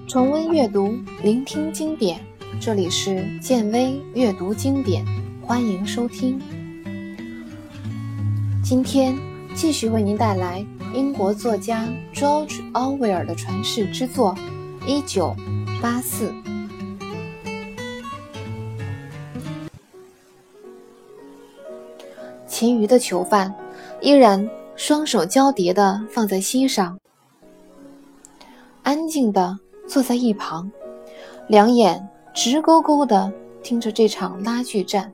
重温阅读，聆听经典，这里是建威阅读经典，欢迎收听。今天继续为您带来英国作家 George Orwell 的传世之作《1984》。其余的囚犯依然双手交叠地放在膝上，安静地坐在一旁，两眼直勾勾地听着这场拉锯战。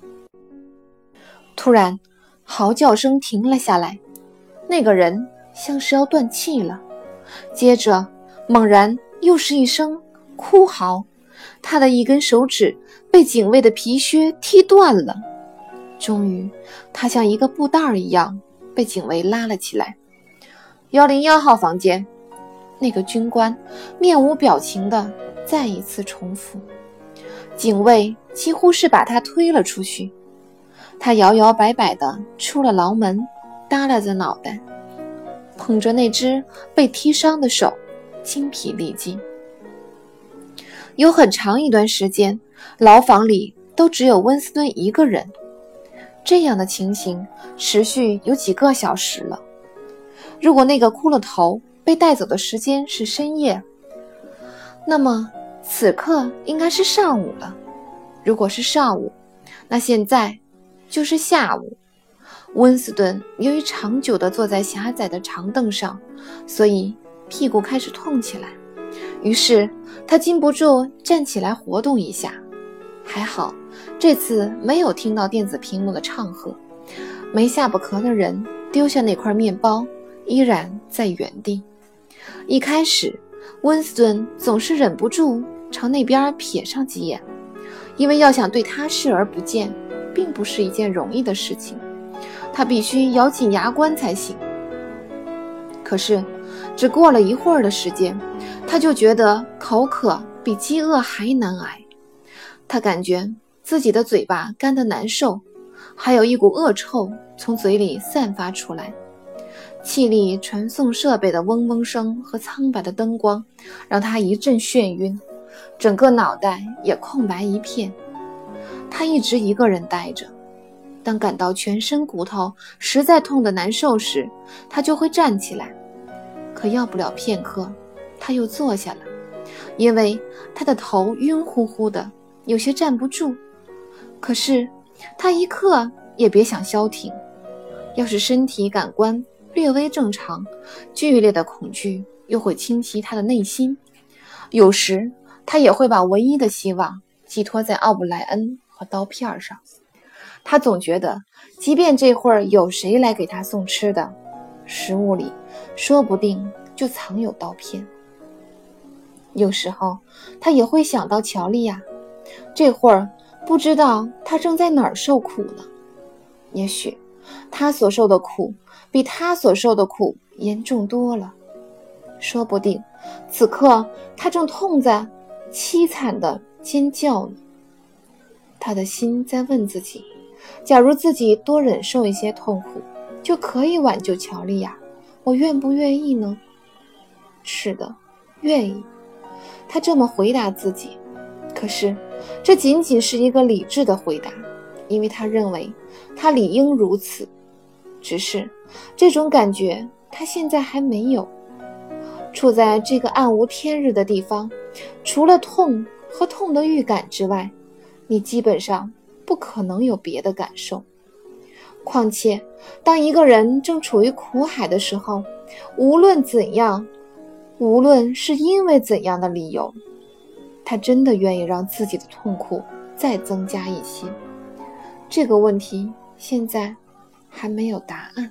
突然嚎叫声停了下来，那个人像是要断气了，接着猛然又是一声哭嚎，他的一根手指被警卫的皮靴踢断了。终于他像一个布袋一样被警卫拉了起来。101号房间，那个军官面无表情地再一次重复。警卫几乎是把他推了出去，他摇摇摆摆地出了牢门，耷拉着脑袋，捧着那只被踢伤的手，精疲力尽。有很长一段时间，牢房里都只有温斯顿一个人，这样的情形持续有几个小时了。如果那个骷髅头被带走的时间是深夜，那么此刻应该是上午了。如果是上午，那现在就是下午。温斯顿由于长久地坐在狭窄的长凳上，所以屁股开始痛起来，于是他禁不住站起来活动一下。还好这次没有听到电子屏幕的唱和，没下巴壳的人丢下那块面包依然在原地。一开始温斯顿总是忍不住朝那边瞥上几眼，因为要想对他视而不见并不是一件容易的事情，他必须咬紧牙关才行。可是只过了一会儿的时间，他就觉得口渴比饥饿还难挨。他感觉自己的嘴巴干得难受，还有一股恶臭从嘴里散发出来。气力传送设备的嗡嗡声和苍白的灯光让他一阵眩晕，整个脑袋也空白一片。他一直一个人待着，当感到全身骨头实在痛得难受时，他就会站起来。可要不了片刻，他又坐下了，因为他的头晕乎乎的，有些站不住。可是他一刻也别想消停，要是身体感官略微正常，剧烈的恐惧又会侵袭他的内心。有时他也会把唯一的希望寄托在奥布莱恩和刀片上。他总觉得即便这会儿有谁来给他送吃的，食物里说不定就藏有刀片。有时候他也会想到乔丽亚，这会儿不知道他正在哪儿受苦呢。也许他所受的苦比他所受的苦严重多了，说不定此刻他正痛在凄惨的尖叫呢。他的心在问自己，假如自己多忍受一些痛苦，就可以挽救乔丽亚，我愿不愿意呢？是的，愿意。他这么回答自己，可是这仅仅是一个理智的回答，因为他认为他理应如此。只是这种感觉他现在还没有。处在这个暗无天日的地方，除了痛和痛的预感之外，你基本上不可能有别的感受。况且当一个人正处于苦海的时候，无论怎样，无论是因为怎样的理由，他真的愿意让自己的痛苦再增加一些。这个问题现在还没有答案。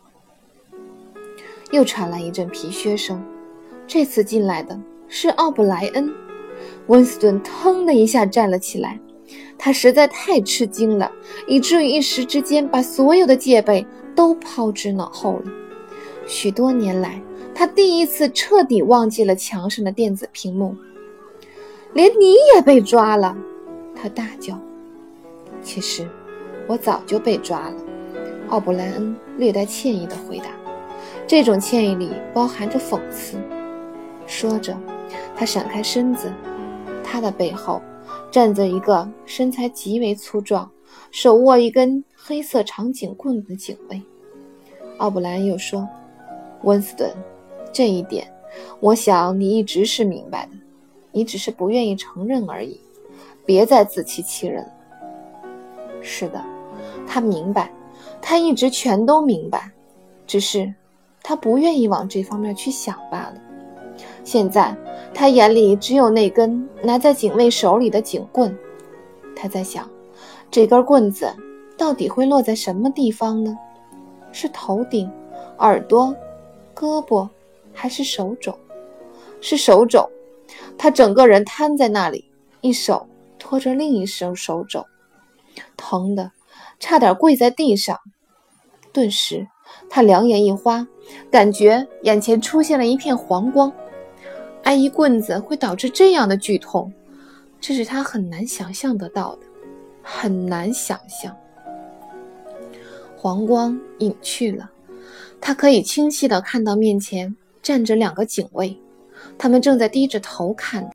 又传来一阵皮靴声，这次进来的是奥布莱恩。温斯顿腾的一下站了起来，他实在太吃惊了，以至于一时之间把所有的戒备都抛之脑后了。许多年来，他第一次彻底忘记了墙上的电子屏幕。连你也被抓了，他大叫。其实我早就被抓了，奥布莱恩略带歉意地回答，这种歉意里包含着讽刺。 说着，他闪开身子，他的背后站着一个身材极为粗壮，手握一根黑色长警棍的警卫。奥布莱恩又说，温斯顿，这一点我想你一直是明白的，你只是不愿意承认而已，别再自欺欺人了。是的，他明白，他一直全都明白，只是他不愿意往这方面去想罢了。现在他眼里只有那根拿在警卫手里的警棍，他在想，这根棍子到底会落在什么地方呢？是头顶、耳朵、胳膊，还是手肘？是手肘。他整个人瘫在那里，一手托着另一手手肘，疼得差点跪在地上。顿时他两眼一花，感觉眼前出现了一片黄光。挨一棍子会导致这样的剧痛，这是他很难想象得到的，很难想象。黄光隐去了，他可以清晰地看到面前站着两个警卫，他们正在低着头看。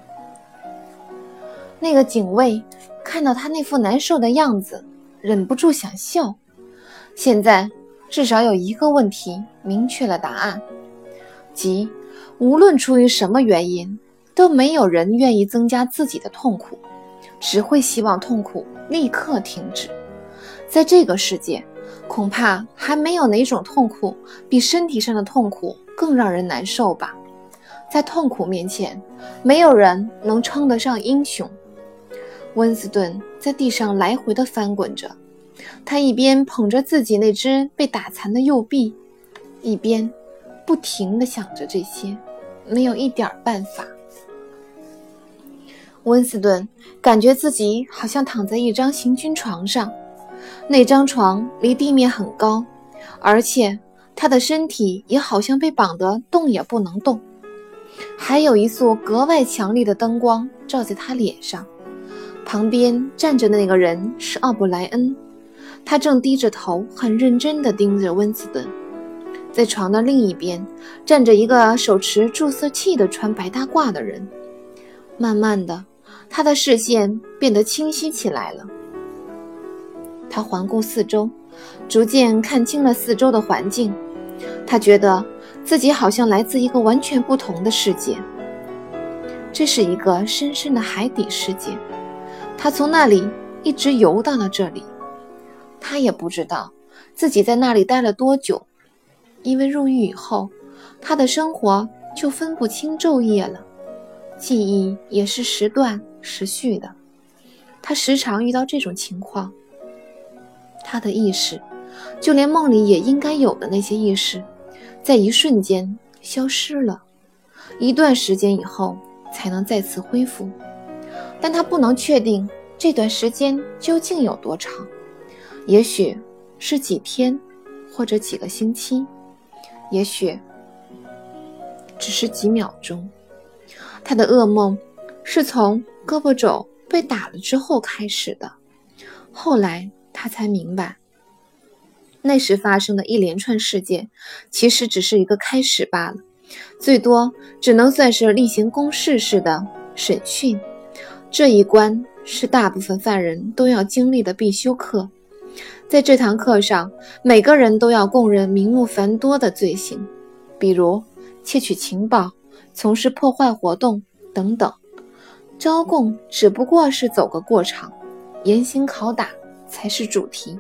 那个警卫看到他那副难受的样子，忍不住想笑。现在至少有一个问题明确了答案，即无论出于什么原因，都没有人愿意增加自己的痛苦，只会希望痛苦立刻停止。在这个世界，恐怕还没有哪种痛苦比身体上的痛苦更让人难受吧。在痛苦面前，没有人能称得上英雄。温斯顿在地上来回地翻滚着，他一边捧着自己那只被打残的右臂，一边不停地想着这些，没有一点办法。温斯顿感觉自己好像躺在一张行军床上，那张床离地面很高，而且他的身体也好像被绑得动也不能动。还有一束格外强烈的灯光照在他脸上，旁边站着的那个人是奥布莱恩，他正低着头很认真地盯着温斯顿。在床的另一边站着一个手持注射器的穿白大褂的人。慢慢的，他的视线变得清晰起来了。他环顾四周，逐渐看清了四周的环境。他觉得自己好像来自一个完全不同的世界，这是一个深深的海底世界。他从那里一直游到了这里，他也不知道自己在那里待了多久，因为入狱以后，他的生活就分不清昼夜了，记忆也是时断时续的。他时常遇到这种情况，他的意识，就连梦里也应该有的那些意识，在一瞬间消失了，一段时间以后才能再次恢复。但他不能确定这段时间究竟有多长，也许是几天，或者几个星期，也许只是几秒钟。他的噩梦是从胳膊肘被打了之后开始的，后来他才明白，那时发生的一连串事件其实只是一个开始罢了，最多只能算是例行公事式的审讯。这一关是大部分犯人都要经历的必修课，在这堂课上，每个人都要供认名目繁多的罪行，比如窃取情报、从事破坏活动等等。招供只不过是走个过场，严刑拷打才是主题。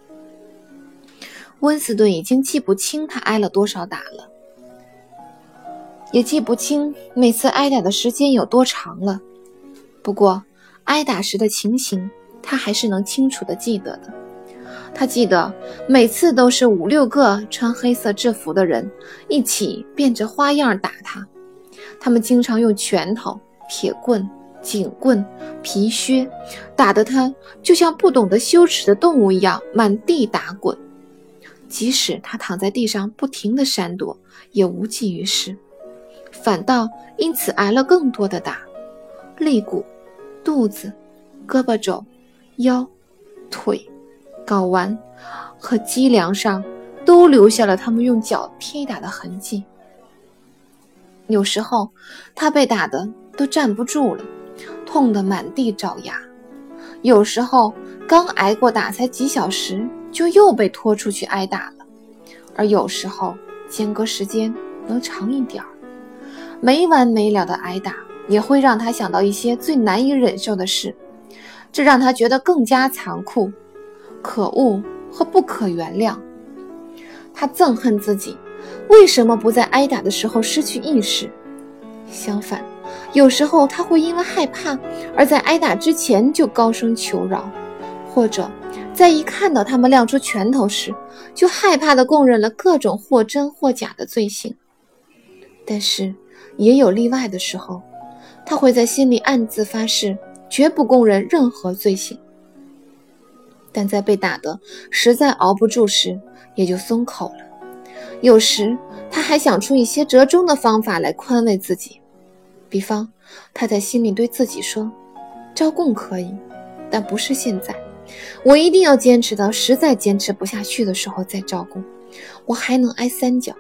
温斯顿已经记不清他挨了多少打了，也记不清每次挨打的时间有多长了。不过挨打时的情形他还是能清楚地记得的。他记得每次都是5-6个穿黑色制服的人一起变着花样打他，他们经常用拳头、铁棍、警棍、皮靴打得他就像不懂得羞耻的动物一样满地打滚。即使他躺在地上不停地闪躲，也无济于事，反倒因此挨了更多的打。肋骨、肚子、胳膊肘、腰、腿、睾丸和脊梁上都留下了他们用脚踢打的痕迹。 有时候他被打得都站不住了，痛得满地找牙。有时候刚挨过打才几小时，就又被拖出去挨打了。而有时候间隔时间能长一点，没完没了的挨打也会让他想到一些最难以忍受的事，这让他觉得更加残酷、可恶和不可原谅。他憎恨自己为什么不在挨打的时候失去意识。相反，有时候他会因为害怕而在挨打之前就高声求饶，或者在一看到他们亮出拳头时，就害怕地供认了各种或真或假的罪行。但是也有例外的时候，他会在心里暗自发誓，绝不供认任何罪行。但在被打得实在熬不住时，也就松口了。有时他还想出一些折中的方法来宽慰自己，比方他在心里对自己说，招供可以，但不是现在，我一定要坚持到实在坚持不下去的时候再招供，我还能挨3脚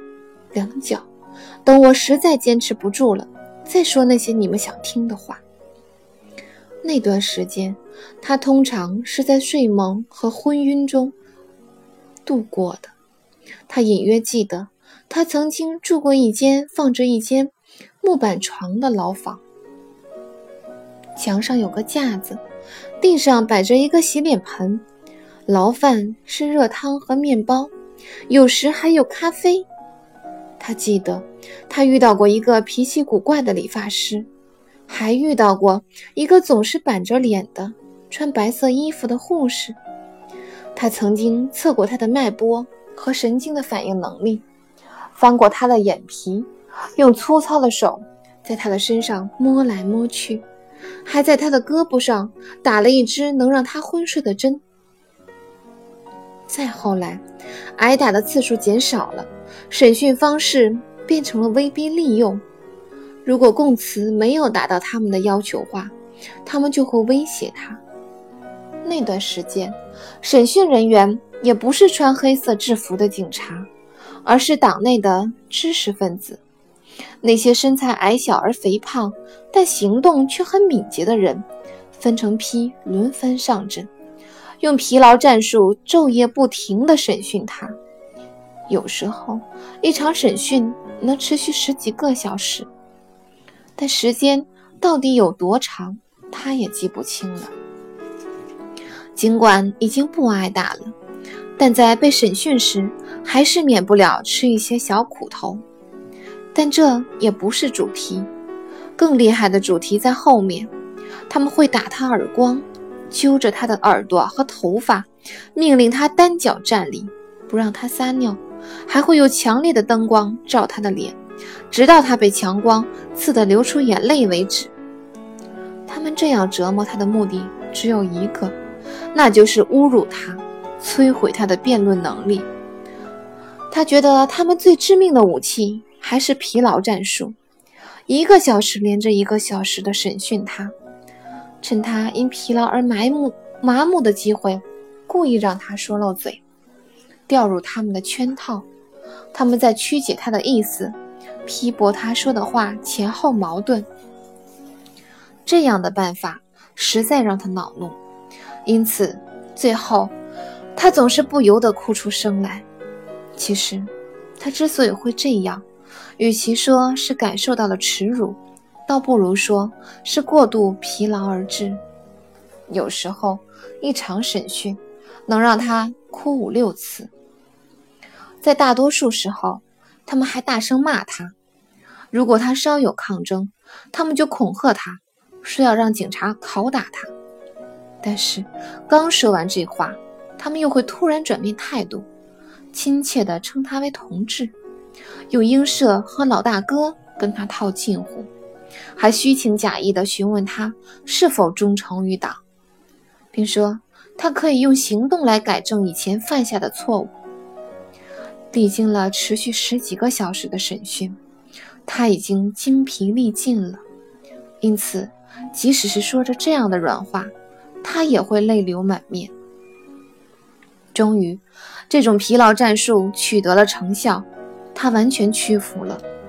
2脚，等我实在坚持不住了，再说那些你们想听的话。那段时间他通常是在睡梦和昏晕中度过的。他隐约记得他曾经住过一间放着一间木板床的牢房，墙上有个架子，地上摆着一个洗脸盆，牢饭是热汤和面包，有时还有咖啡。他记得他遇到过一个脾气古怪的理发师，还遇到过一个总是板着脸的穿白色衣服的护士。他曾经测过他的脉搏和神经的反应能力，翻过他的眼皮，用粗糙的手在他的身上摸来摸去，还在他的胳膊上打了一支能让他昏睡的针。再后来，挨打的次数减少了，审讯方式变成了威逼利诱。如果供词没有达到他们的要求话，他们就会威胁他。那段时间，审讯人员也不是穿黑色制服的警察，而是党内的知识分子。那些身材矮小而肥胖，但行动却很敏捷的人，分成批轮番上阵，用疲劳战术昼夜不停地审讯他。有时候一场审讯能持续10几个小时，但时间到底有多长，他也记不清了。尽管已经不挨打了，但在被审讯时还是免不了吃一些小苦头。但这也不是主题，更厉害的主题在后面。他们会打他耳光，揪着他的耳朵和头发，命令他单脚站立，不让他撒尿，还会有强烈的灯光照他的脸，直到他被强光刺得流出眼泪为止。他们这样折磨他的目的只有一个，那就是侮辱他，摧毁他的辩论能力。他觉得他们最致命的武器还是疲劳战术，1个小时连着1个小时的审讯他，趁他因疲劳而麻木的机会，故意让他说漏嘴，掉入他们的圈套。他们在曲解他的意思，批驳他说的话前后矛盾。这样的办法实在让他恼怒，因此最后他总是不由得哭出声来。其实他之所以会这样，与其说是感受到了耻辱，倒不如说是过度疲劳而至。有时候一场审讯能让他哭5、6次。在大多数时候，他们还大声骂他。如果他稍有抗争，他们就恐吓他，说要让警察拷打他。但是刚说完这话，他们又会突然转变态度，亲切地称他为同志，用鹰舍和老大哥跟他套近乎，还虚情假意地询问他是否忠诚于党，并说他可以用行动来改正以前犯下的错误。历经了持续10几个小时的审讯，他已经筋疲力尽了，因此即使是说着这样的软话，他也会泪流满面。终于，这种疲劳战术取得了成效，他完全屈服了，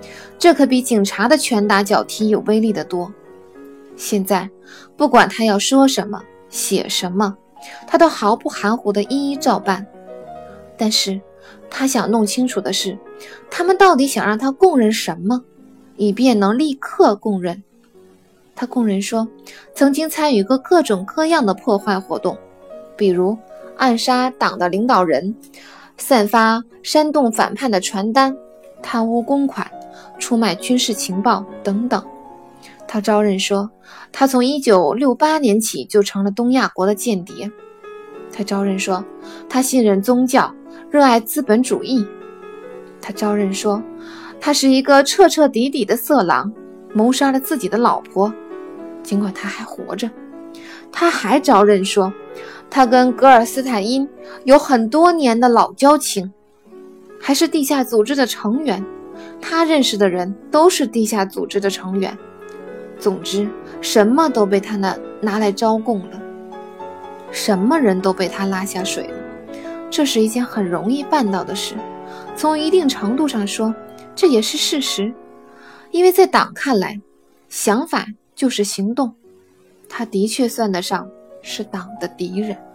这可比警察的拳打脚踢有威力得多。现在不管他要说什么写什么，他都毫不含糊地一一照办。但是他想弄清楚的是，他们到底想让他供认什么，以便能立刻供认。他供认说曾经参与过各种各样的破坏活动，比如暗杀党的领导人，散发煽动反叛的传单，贪污公款，出卖军事情报等等。他招认说他从1968年起就成了东亚国的间谍。他招认说他信任宗教，热爱资本主义。他招认说他是一个彻彻底底的色狼，谋杀了自己的老婆，尽管他还活着。他还招认说他跟戈尔斯坦因有很多年的老交情，还是地下组织的成员，他认识的人都是地下组织的成员。总之什么都被他拿来招供了，什么人都被他拉下水了。这是一件很容易办到的事，从一定程度上说这也是事实，因为在党看来，想法就是行动。他的确算得上是党的敌人。